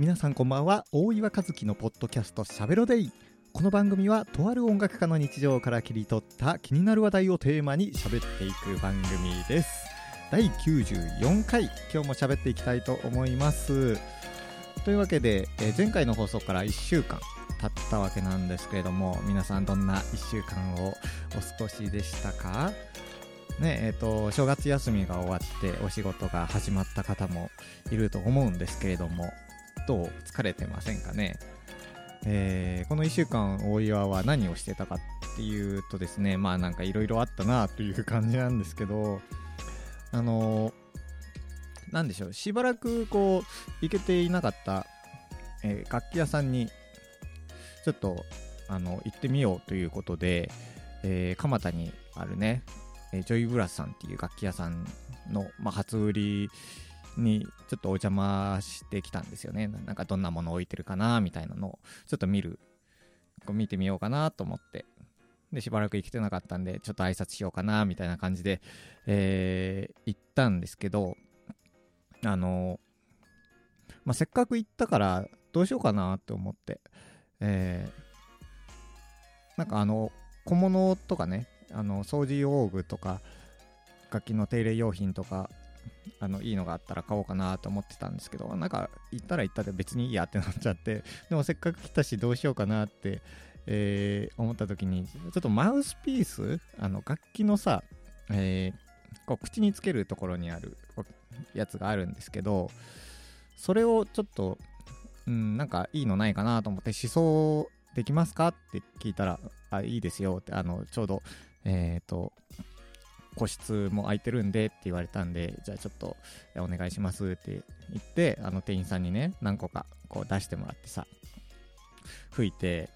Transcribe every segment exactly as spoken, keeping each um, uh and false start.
皆さんこんばんは。大岩和樹のポッドキャストしゃべろデイ。この番組はとある音楽家の日常から切り取った気になる話題をテーマに喋っていく番組です。だいきゅうじゅうよんかい、今日も喋っていきたいと思います。というわけで、えー前回の放送からいっしゅうかん経ったわけなんですけれども、皆さんどんないっしゅうかんをお過ごしでしたかね。えーと正月休みが終わってお仕事が始まった方もいると思うんですけれども、どう疲れてませんかね。えーこのいっしゅうかん大岩は何をしてたかっていうとですね、まあなんかいろいろあったなという感じなんですけど、あのーなんでしょう、しばらくこう行けていなかった、えー楽器屋さんにちょっとあの行ってみようということで、えー蒲田にあるね、えージョイブラスさんっていう楽器屋さんの、まあ、初売りにちょっとお邪魔してきたんですよね。なんかどんなもの置いてるかなみたいなのをちょっと見るこう見てみようかなと思って、でしばらく行けてなかったんでちょっと挨拶しようかなみたいな感じで、えー行ったんですけど、あのまあ、せっかく行ったからどうしようかなと思って、えーなんかあの小物とかね、あの掃除用具とか楽器の手入れ用品とか、あのいいのがあったら買おうかなと思ってたんですけど、なんか行ったら行ったで別にいいやってなっちゃって、でもせっかく来たしどうしようかなって、えー思った時に、ちょっとマウスピース、あの楽器のさ、えーこう口につけるところにあるこうやつがあるんですけど、それをちょっと、うん、なんかいいのないかなと思って、試奏できますかって聞いたら、あ、いいですよって、あのちょうどえっ、と個室も空いてるんでって言われたんで、じゃあちょっとお願いしますって言って、あの店員さんにね何個かこう出してもらってさ、吹いて、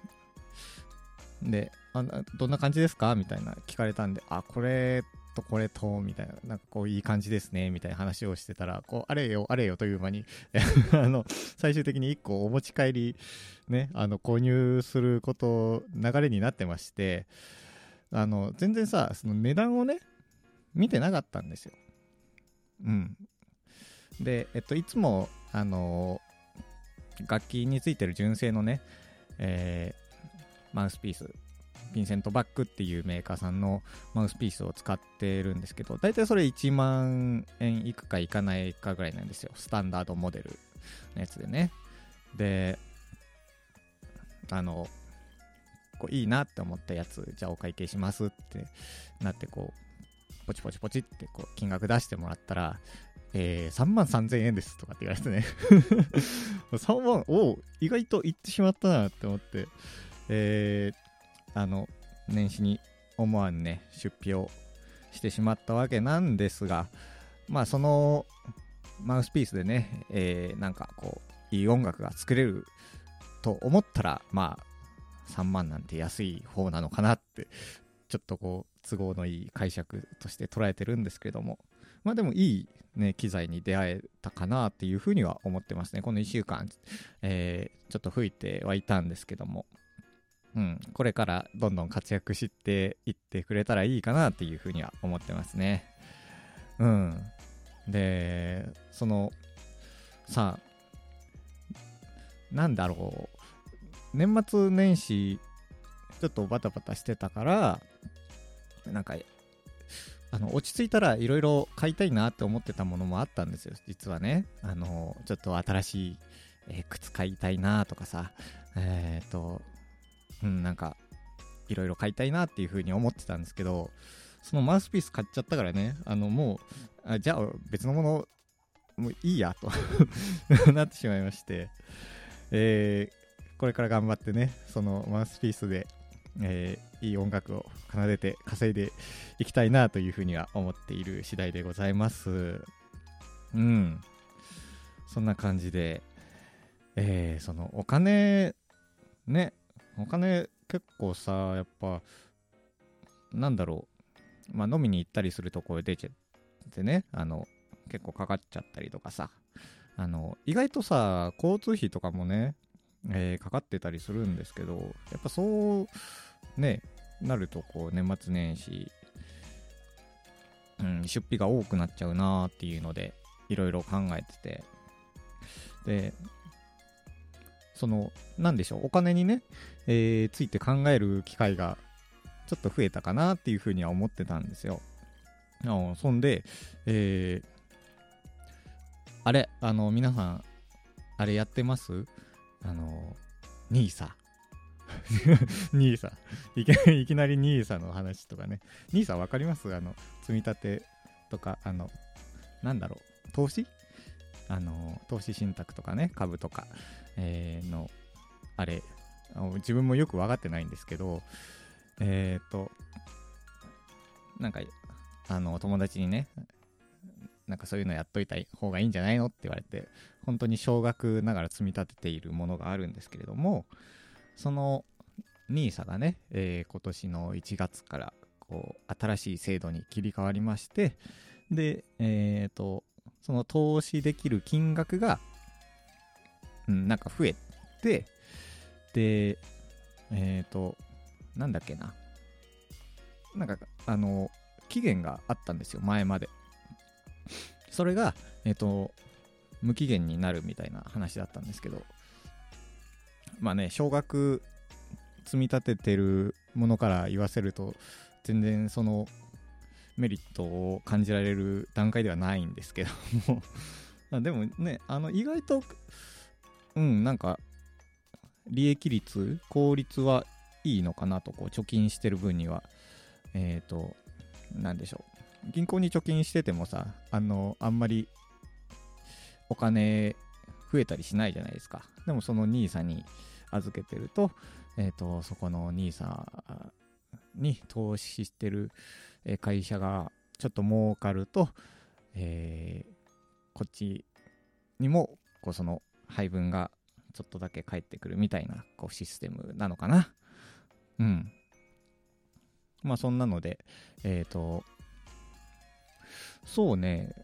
で、あどんな感じですかみたいな聞かれたんで、あ、これとこれとみたいな、なんかこういい感じですねみたいな話をしてたら、こうあれよあれよという間にあの最終的にいっこお持ち帰りね、あの購入すること流れになってまして、あの全然さ、その値段をね見てなかったんですよ。うんで、えっといつもあの楽器についてる純正のね、えーマウスピース、ヴィンセントバックっていうメーカーさんのマウスピースを使ってるんですけど、だいたいそれいちまんえんいくかいかないかぐらいなんですよ、スタンダードモデルのやつでね。で、あのこういいなって思ったやつ、じゃあお会計しますってなって、こうポチポチポチってこう金額出してもらったら、えー、さんまんさんぜんえんですとかって言われてねさんまん、おう意外といってしまったなって思って、えーあの年始に思わぬね出費をしてしまったわけなんですが、まあそのマウスピースでね、えー、なんかこういい音楽が作れると思ったら、まあさんまんなんて安い方なのかなって、ちょっとこう都合のいい解釈として捉えてるんですけれども、まあでもいいね機材に出会えたかなっていうふうには思ってますね。このいっしゅうかん、えー、ちょっと吹いてはいたんですけども、うん、これからどんどん活躍していってくれたらいいかなっていうふうには思ってますね。うん。で、そのさあ、なんだろう、年末年始ちょっとバタバタしてたから、なんかあの落ち着いたらいろいろ買いたいなって思ってたものもあったんですよ、実はね。あのちょっと新しい、えー靴買いたいなとかさ、えっ、ー、とうん、なんかいろいろ買いたいなっていう風に思ってたんですけど、そのマウスピース買っちゃったからね、あのもうあじゃあ別のものもういいやとなってしまいまして、えー、これから頑張ってね、そのマウスピースで、えー、いい音楽を奏でて稼いでいきたいなという風には思っている次第でございます。うん、そんな感じで、えー、そのお金ね、お金結構さ、やっぱなんだろう、まあ飲みに行ったりするところ出ちゃってね、あの結構かかっちゃったりとかさ、あの意外とさ交通費とかもね、えー、かかってたりするんですけど、やっぱそうねなるとこう年末年始、うん、出費が多くなっちゃうなーっていうのでいろいろ考えてて、でそのなんでしょう、お金にね、えーついて考える機会がちょっと増えたかなっていうふうには思ってたんですよ。あそんで、えーあれあの皆さんあれやってます？あのニーサニーサいきいきなりニーサの話とかね。ニーサわかります？あの積み立てとか、あのなんだろう、投資あの投資信託とかね、株とか、えー、のあれあの自分もよく分かってないんですけど、えっ、ー、となんかあの友達にね、なんかそういうのやっといた方がいいんじゃないのって言われて、本当に少額ながら積み立てているものがあるんですけれども、その ニーサ がね、えー、今年のいちがつからこう新しい制度に切り替わりまして、で、えーと、その投資できる金額が、うん、なんか増えて、で、えーと、なんだっけな、なんかあの期限があったんですよ、前まで。それが、えっと、無期限になるみたいな話だったんですけど、まあね、少額積み立ててるものから言わせると、全然そのメリットを感じられる段階ではないんですけどもでもね、あの意外と、うん、なんか、利益率、効率はいいのかなと、こう貯金してる分には、えっと、なんでしょう。銀行に貯金しててもさ、あの、あんまりお金増えたりしないじゃないですか。でもその ニーサ に預けてると、えっと、そこの ニーサ に投資してる会社がちょっと儲かると、えー、こっちにもこうその配分がちょっとだけ返ってくるみたいなこうシステムなのかな。うん。まあそんなので、えっと、そうね、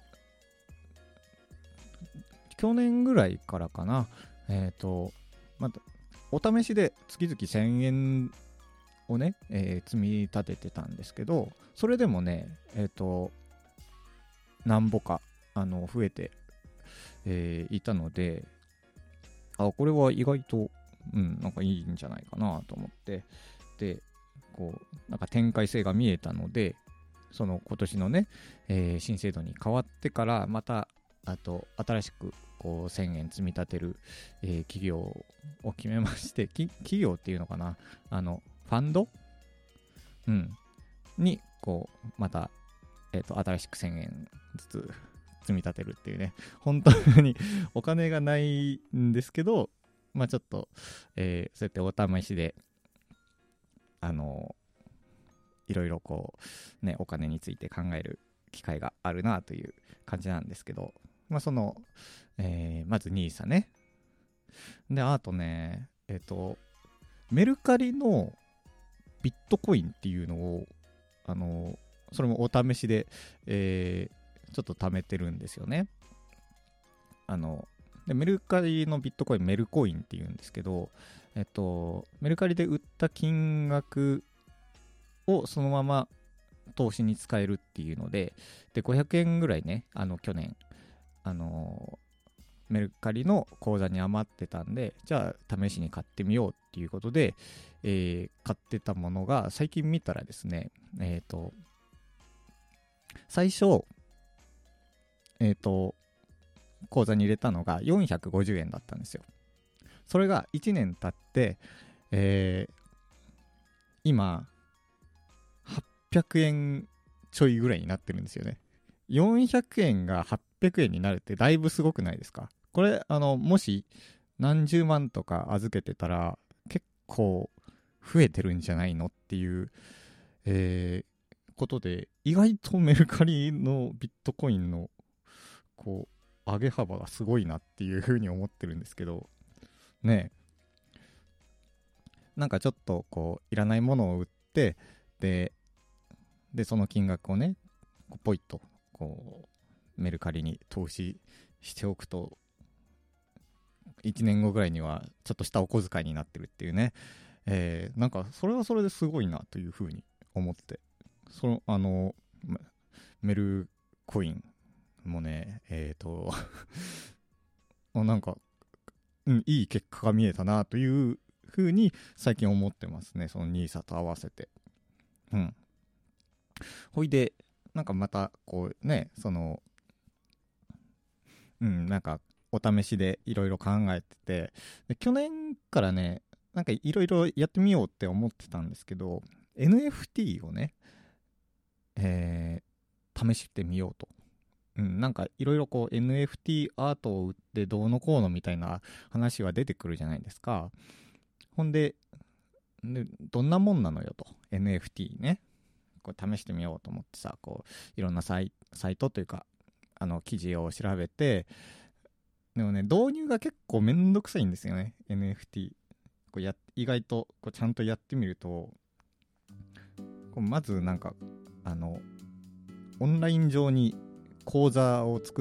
去年ぐらいからかな、えっ、ー、と、また、お試しで月々せんえんをね、えー、積み立ててたんですけど、それでもね、えっ、ー、と、なんぼか、あの、増えて、えー、いたので、あ、これは意外と、うん、なんかいいんじゃないかなと思って、で、こう、なんか展開性が見えたので、その今年のね、えー、新制度に変わってから、また、あと、新しく、こう、せんえん積み立てる、えー、企業を決めまして、き企業っていうのかな、あの、ファンドうん。に、こう、また、えっ、ー、と、新しくせんえんずつ積み立てるっていうね、本当にお金がないんですけど、まあちょっと、えー、そうやってお試しで、あのいろいろこう、ね、お金について考える機会があるなという感じなんですけど、まあその、えー、まず ニーサ ね。で、あとね、えっ、ー、と、メルカリのビットコインっていうのを、あの、それもお試しで、えー、ちょっと貯めてるんですよね。あの、でメルカリのビットコイン、メルコインっていうんですけど、えっと、メルカリで売った金額をそのまま投資に使えるっていうので、で、ごひゃくえんぐらいね、あの、去年、あのー、メルカリの口座に余ってたんで、じゃあ試しに買ってみようっていうことで、えー、買ってたものが、最近見たらですね、えっと、最初、えっと、口座に入れたのがよんひゃくごじゅうえんだったんですよ。それがいちねん経って、えー、今、はっぴゃくえんちょいぐらいになってるんですよね。よんひゃくえんがはっぴゃくえんになるってだいぶすごくないですか？これ、あの、もし何十万とか預けてたら結構増えてるんじゃないのっていう、えー、ことで、意外とメルカリのビットコインのこう上げ幅がすごいなっていう風に思ってるんですけどね。なんかちょっとこういらないものを売って、ででその金額をねポイッとこうメルカリに投資しておくといちねんごぐらいにはちょっとしたお小遣いになってるっていうね、えー、なんかそれはそれですごいなという風に思って、そのあのメルコインもね、えっ、ー、となんかうん、いい結果が見えたなというふうに最近思ってますね、そのニーサと合わせて。うん。ほいで、なんかまたこうね、その、うん、なんかお試しでいろいろ考えてて、で去年からね、なんかいろいろやってみようって思ってたんですけど、エヌエフティー をね、えー、試してみようと。うん、なんかいろいろこう エヌエフティー アートを売ってどうのこうのみたいな話は出てくるじゃないですか。ほんで、でどんなもんなのよと、 エヌエフティー ね、これ試してみようと思ってさ、こういろんなサイ、サイトというかあの記事を調べて、でもね、導入が結構めんどくさいんですよね、 エヌエフティー。 こうや意外とこうちゃんとやってみると、こうまずなんかあのオンライン上に講座を作って、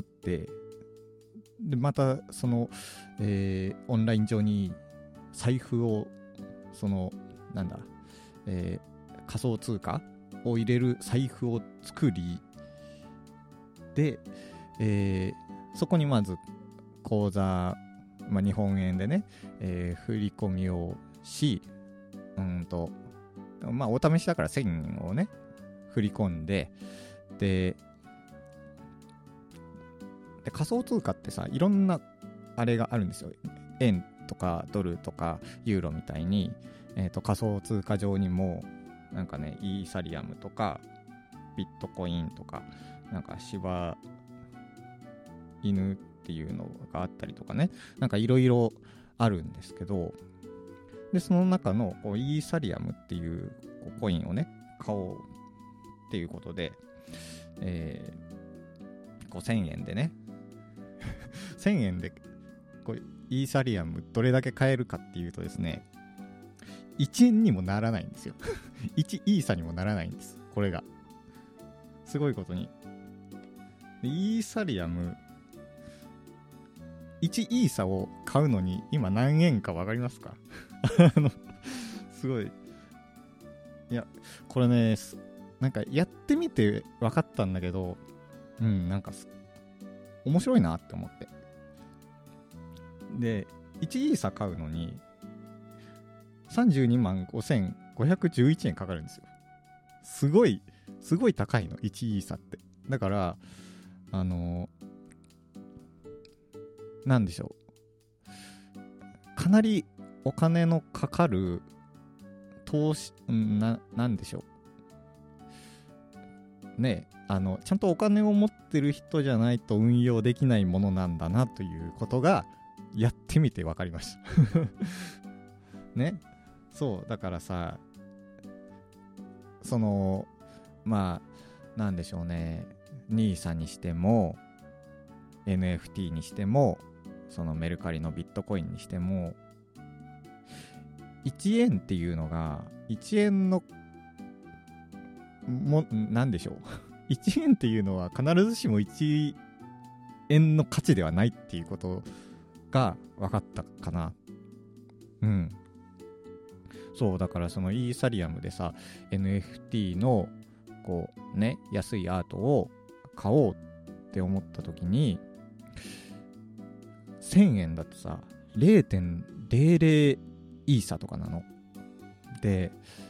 でまたその、えー、オンライン上に財布を、そのなんだ、えー、仮想通貨を入れる財布を作り、で、えー、そこにまず口座、まあ、日本円でね、えー、振り込みをし、うんとまあお試しだからせんえんをね振り込んで、でで仮想通貨ってさ、いろんなあれがあるんですよ。円とかドルとかユーロみたいに、えーと、仮想通貨上にもなんかね、イーサリアムとかビットコインとかなんか柴犬っていうのがあったりとかね、なんかいろいろあるんですけど、でその中のこうイーサリアムっていうこうコインをね買おうっていうことで、えー、こうせんえんでねせんえんでこうイーサリアムどれだけ買えるかっていうとですね、いちえんにもならないんですよいちイーサにもならないんです。これがすごいことに、イーサリアムいちイーサを買うのに今何円か分かりますかあのすごい、いやこれね、なんかやってみて分かったんだけど、うんなんか面白いなって思って、でいちイーサ買うのにさんじゅうにまんごせんごひゃくじゅういちえんかかるんですよ。すごいすごい高いの、いちイーサって。だからあのなんでしょう、かなりお金のかかる投資、な、なんでしょうね、あのちゃんとお金を持ってる人じゃないと運用できないものなんだなということがやってみて分かりましたね。そうだからさ、そのまあなんでしょうね、ニーサにしても エヌエフティー にしても、そのメルカリのビットコインにしても、いちえんっていうのがいちえんのもなんでしょういちえんっていうのは必ずしもいちえんの価値ではないっていうことが分かったかな。うん。そうだから、そのイーサリアムでさ エヌエフティー のこうね安いアートを買おうって思った時に、せんえんだとさ れいてんれいれい イーサとかなので、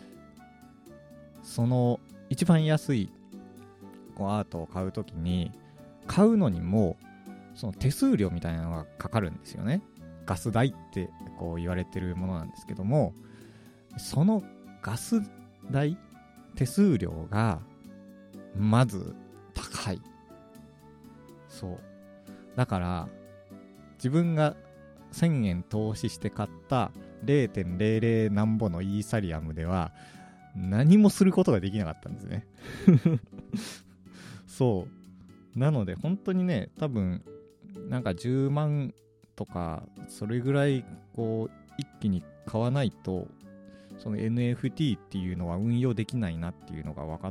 その一番安いこうアートを買うときに、買うのにもその手数料みたいなのがかかるんですよね。ガス代ってこう言われてるものなんですけども、そのガス代手数料がまず高い。そうだから自分がせんえん投資して買った れいてんれいれい なんぼのイーサリアムでは何もすることができなかったんですねそうなので本当にね、多分なんかじゅうまんとかそれぐらいこう一気に買わないと、その エヌエフティー っていうのは運用できないなっていうのが分かって、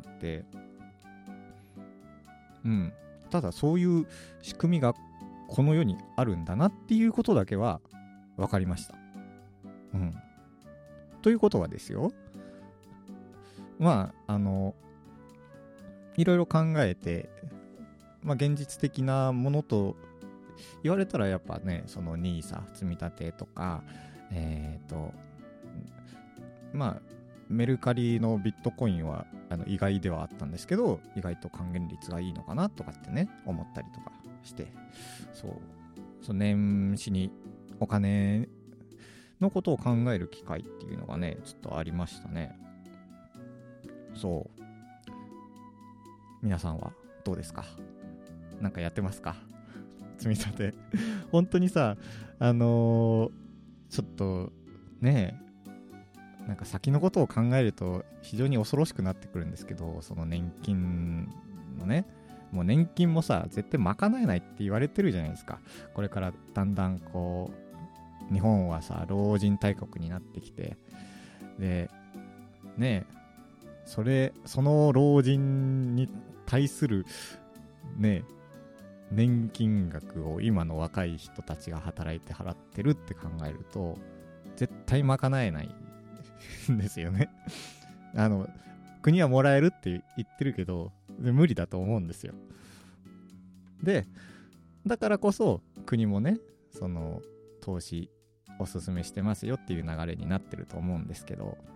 うん、ただそういう仕組みがこの世にあるんだなっていうことだけは分かりました。うん。ということはですよ、まああのいろいろ考えて、まあ、現実的なものと言われたらやっぱね、そのニーサ積み立てとか、えっとまあメルカリのビットコインはあの意外ではあったんですけど、意外と還元率がいいのかなとかってね思ったりとかして、そう、その年始にお金のことを考える機会っていうのがねちょっとありましたね。そう、皆さんはどうですか？なんかやってますか？積み立て本当にさ、あのー、ちょっとねえ、なんか先のことを考えると非常に恐ろしくなってくるんですけど、その年金のね、もう年金もさ絶対賄えないって言われてるじゃないですか。これからだんだんこう日本はさ老人大国になってきて、でねえ、それその老人に対するね年金額を今の若い人たちが働いて払ってるって考えると絶対賄えないんですよね。あの国はもらえるって言ってるけど無理だと思うんですよ。でだからこそ国もねその投資おすすめしてますよっていう流れになってると思うんですけど、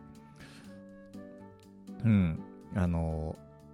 うんあの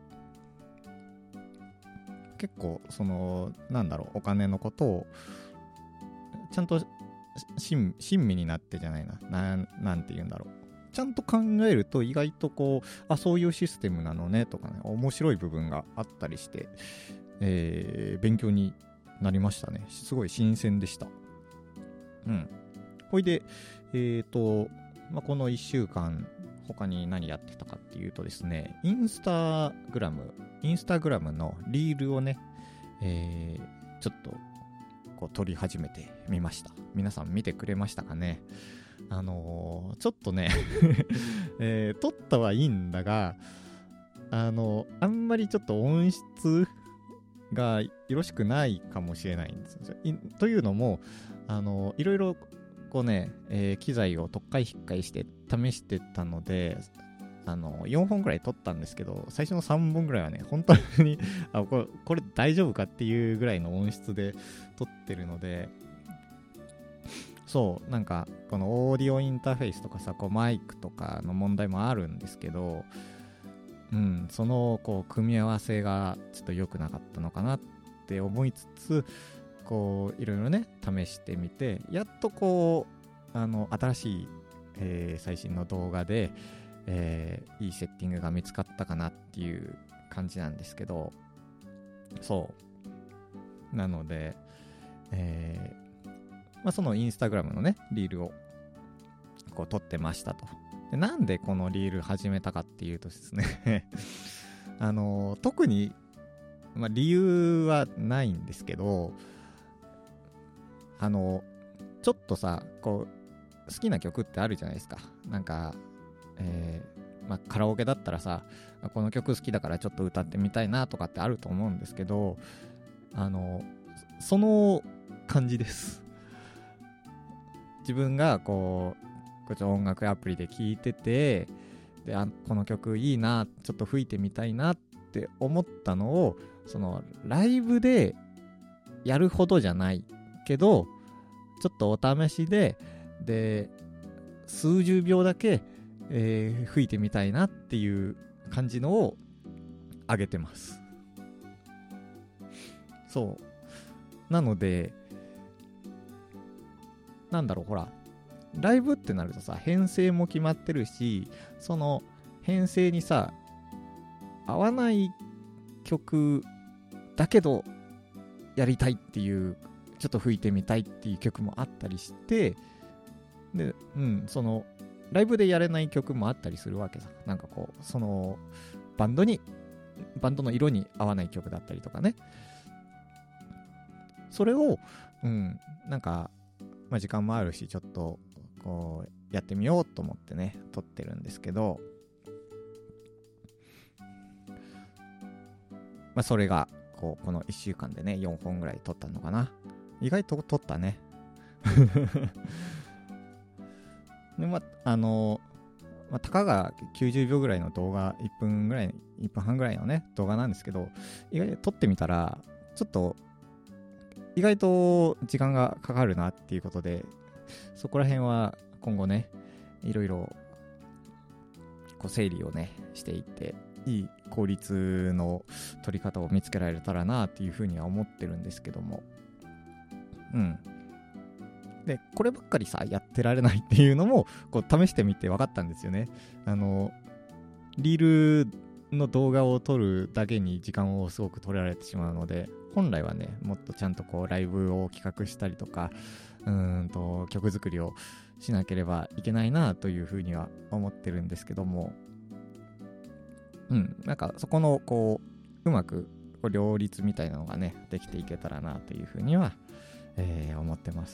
結構そのなんだろう、お金のことをちゃんと親身になってじゃないな、な、なんて言うんだろう、ちゃんと考えると意外とこう、あ、そういうシステムなのねとかね、面白い部分があったりして、えー、勉強になりましたね。すごい新鮮でした。うん。ほいで、えっと、まあ、このいっしゅうかん他に何やってたかっていうとですね、インスタグラムインスタグラムのリールをね、えー、ちょっとこう撮り始めてみました。皆さん見てくれましたかね？あのー、ちょっとね、えー、撮ったはいいんだが、あのー、あんまりちょっと音質がよろしくないかもしれないんですよ。というのも、あのー、いろいろこうね、えー、機材をとっかいひっかいして試してたので、あのよんほんぐらい撮ったんですけど、最初のさんぼんぐらいはね本当にあこれ、これ大丈夫かっていうぐらいの音質で撮ってるので、そうなんかこのオーディオインターフェースとかさ、こうマイクとかの問題もあるんですけど、うんそのこう組み合わせがちょっと良くなかったのかなって思いつつ、こういろいろね試してみて、やっとこうあの新しい、えー、最新の動画でえー、いいセッティングが見つかったかなっていう感じなんですけど、そうなので、えーまあ、そのインスタグラムのねリールをこう撮ってましたと。でなんでこのリール始めたかっていうとですねあのー、特に、まあ、理由はないんですけど、あのー、ちょっとさこう好きな曲ってあるじゃないですか。なんかえーまあ、カラオケだったらさ、この曲好きだからちょっと歌ってみたいなとかってあると思うんですけど、あのその感じです。自分がこう音楽アプリで聴いてて、であこの曲いいな、ちょっと吹いてみたいなって思ったのを、そのライブでやるほどじゃないけどちょっとお試しでで数十秒だけえー、吹いてみたいなっていう感じのを上げてます。そうなので、なんだろう、ほらライブってなるとさ編成も決まってるし、その編成にさ合わない曲だけどやりたいっていう、ちょっと吹いてみたいっていう曲もあったりして、でうんそのライブでやれない曲もあったりするわけさ。なんかこうそのバンドにバンドの色に合わない曲だったりとかね。それをうんなんか、まあ、時間もあるしちょっとこうやってみようと思ってね撮ってるんですけど、まあそれがこうこのいっしゅうかんでねよんほんぐらい撮ったのかな。意外と撮ったね。でまあのまあ、たかがきゅうじゅうびょうぐらいの動画、いっぷんぐらいいっぷんはんぐらいのね動画なんですけど、意外と撮ってみたらちょっと意外と時間がかかるなっていうことで、そこら辺は今後ね、いろいろこう整理をねしていって、いい効率の取り方を見つけられたらなっていうふうには思ってるんですけども、うんでこればっかりさやってられないっていうのもこう試してみて分かったんですよね。あのリールの動画を撮るだけに時間をすごく取られてしまうので、本来はねもっとちゃんとこうライブを企画したりとか、うーんと曲作りをしなければいけないなというふうには思ってるんですけども、うんなんかそこのこううまくこう両立みたいなのがねできていけたらなというふうには、えー、思ってます。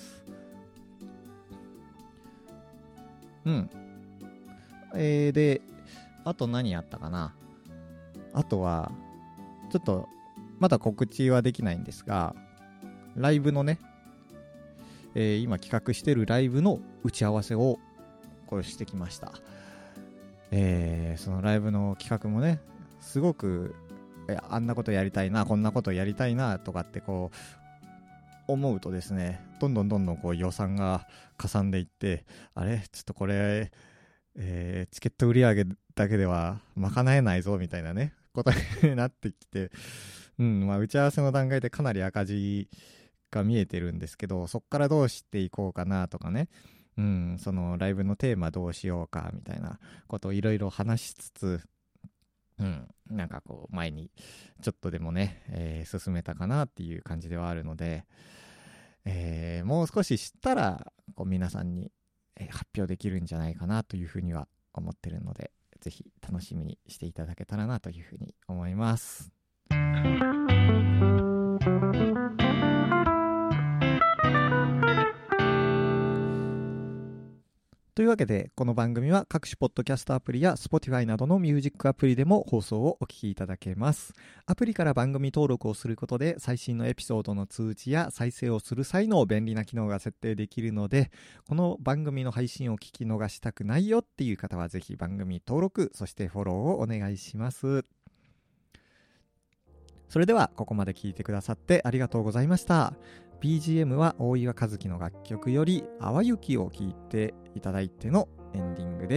うんえー、であと何やったかな。あとはちょっとまだ告知はできないんですが、ライブのね、えー、今企画してるライブの打ち合わせをこうしてきました。えー、そのライブの企画もねすごくえあんなことやりたいなこんなことやりたいなとかってこう思うとですね、どんどんどんどんこう予算がかさんでいって、あれちょっとこれ、えー、チケット売り上げだけでは賄えないぞみたいなねことになってきて、うんまあ、打ち合わせの段階でかなり赤字が見えてるんですけど、そこからどうしていこうかなとかね、うん、そのライブのテーマどうしようかみたいなことをいろいろ話しつつ、うん、なんかこう前にちょっとでもね、えー、進めたかなっていう感じではあるので、えー、もう少し知ったらこう皆さんに発表できるんじゃないかなというふうには思ってるので、ぜひ楽しみにしていただけたらなというふうに思います。というわけで、この番組は各種ポッドキャストアプリや Spotify などのミュージックアプリでも放送をお聞きいただけます。アプリから番組登録をすることで最新のエピソードの通知や再生をする際の便利な機能が設定できるので、この番組の配信を聞き逃したくないよっていう方はぜひ番組登録、そしてフォローをお願いします。それではここまで聞いてくださってありがとうございました。ビージーエム は大岩和樹の楽曲より淡雪を聴いていただいてのエンディングです。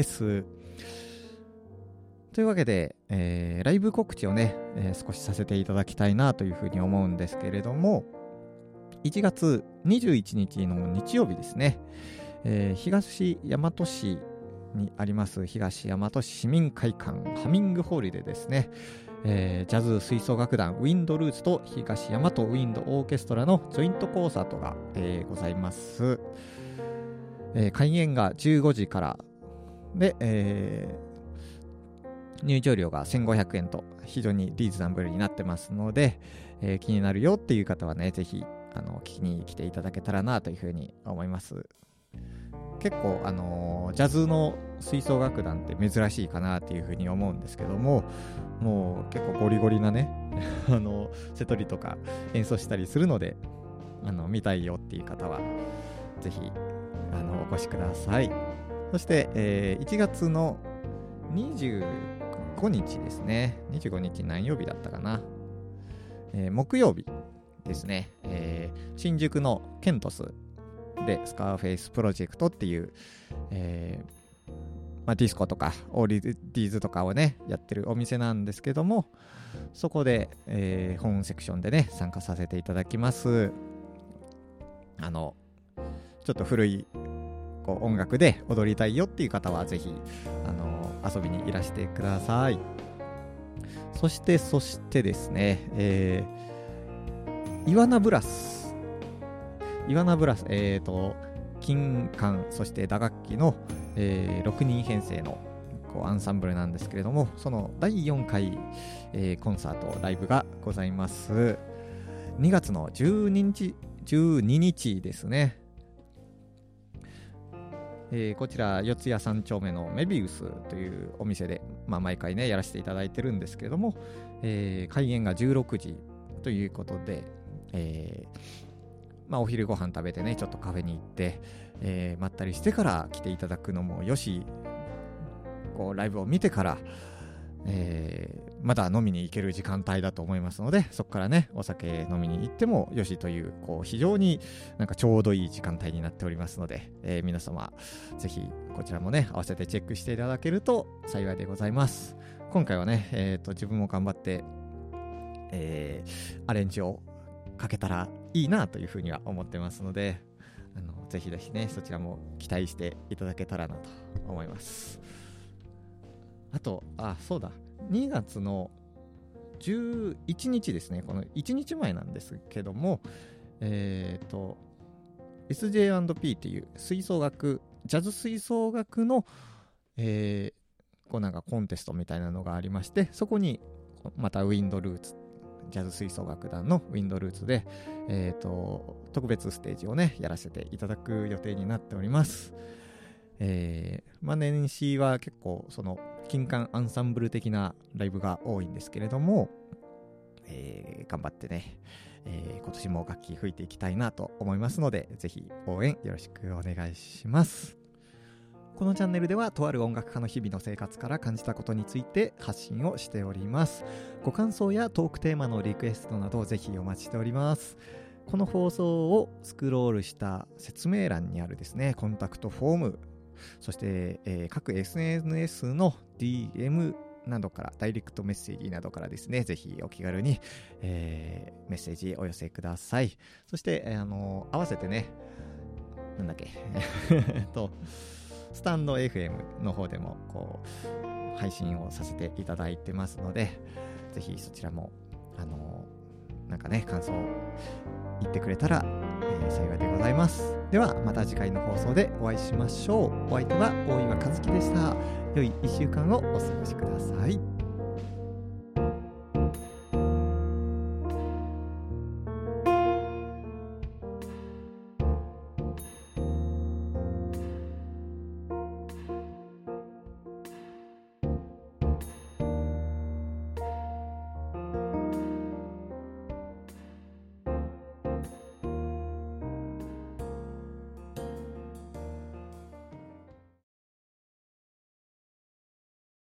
というわけで、えー、ライブ告知をね、えー、少しさせていただきたいなというふうに思うんですけれども、いちがつにじゅういちにちの日曜日ですね、えー、東大和市にあります東大和市市民会館ハミングホールでですね、えー、ジャズ吹奏楽団ウィンドルーツと東大和ウィンドオーケストラのジョイントコンサートが、えー、ございます。えー、開演がじゅうごじからで、えー、入場料がせんごひゃくえんと非常にリーズナブルになってますので、えー、気になるよっていう方はね、ぜひあの聞きに来ていただけたらなというふうに思います。結構、あのー、ジャズの吹奏楽団って珍しいかなっていうふうに思うんですけども、もう結構ゴリゴリなねあの瀬戸りとか演奏したりするので、あの見たいよっていう方はぜひあのお越しください。そして、えー、いちがつのにじゅうごにちですね。にじゅうごにち何曜日だったかな、えー、木曜日ですね、えー、新宿のケントスでスカーフェイスプロジェクトっていう、えーまあ、ディスコとかオーリディーズとかをねやってるお店なんですけども、そこで、えー、本セクションでね参加させていただきます。あのちょっと古いこう音楽で踊りたいよっていう方はぜひあの遊びにいらしてください。そしてそしてですね、えー、イワナブラスイワナブラス、えーと、金管、そして打楽器の、えー、ろくにん編成のこうアンサンブルなんですけれども、そのだいよんかい、えー、コンサート、ライブがございます。にがつのじゅうににち、じゅうににちですね。えー、こちら、四谷三丁目のメビウスというお店で、まあ、毎回ね、やらせていただいてるんですけれども、えー、開演がじゅうろくじということで、えーまあ、お昼ご飯食べてねちょっとカフェに行って、えー、まったりしてから来ていただくのもよし、こうライブを見てから、 えー、まだ飲みに行ける時間帯だと思いますので、そこからねお酒飲みに行ってもよしという、こう非常になんかちょうどいい時間帯になっておりますので、えー、皆様ぜひこちらもね合わせてチェックしていただけると幸いでございます。今回はね、えーと、自分も頑張って、えー、アレンジをかけたらいいなというふうには思ってますので、あのぜひぜひねそちらも期待していただけたらなと思います。あと、あ、そうだ、にがつのじゅういちにちですね、このいちにちまえなんですけども、えっと エスジェーアンドピー っていう吹奏楽、ジャズ吹奏楽の、えー、こうなんかコンテストみたいなのがありまして、そこにまたウィンドルーツ、ジャズ吹奏楽団のウィンドルーツで、えーと特別ステージをねやらせていただく予定になっております。えーまあ、年始は結構その金管アンサンブル的なライブが多いんですけれども、えー、頑張ってね、えー、今年も楽器吹いていきたいなと思いますので、ぜひ応援よろしくお願いします。このチャンネルではとある音楽家の日々の生活から感じたことについて発信をしております。ご感想やトークテーマのリクエストなどぜひお待ちしております。この放送をスクロールした説明欄にあるですねコンタクトフォーム、そして、えー、各 エスエヌエス の ディーエム などから、ダイレクトメッセージなどからですね、ぜひお気軽に、えー、メッセージお寄せください。そして、えー、あのー、合わせてね、なんだっけとスタンド エフエム の方でもこう配信をさせていただいてますので、ぜひそちらもあのー、なんかね感想言ってくれたら、えー、幸いでございます。ではまた次回の放送でお会いしましょう。お相手は大岩和樹でした。良いいっしゅうかんをお過ごしください。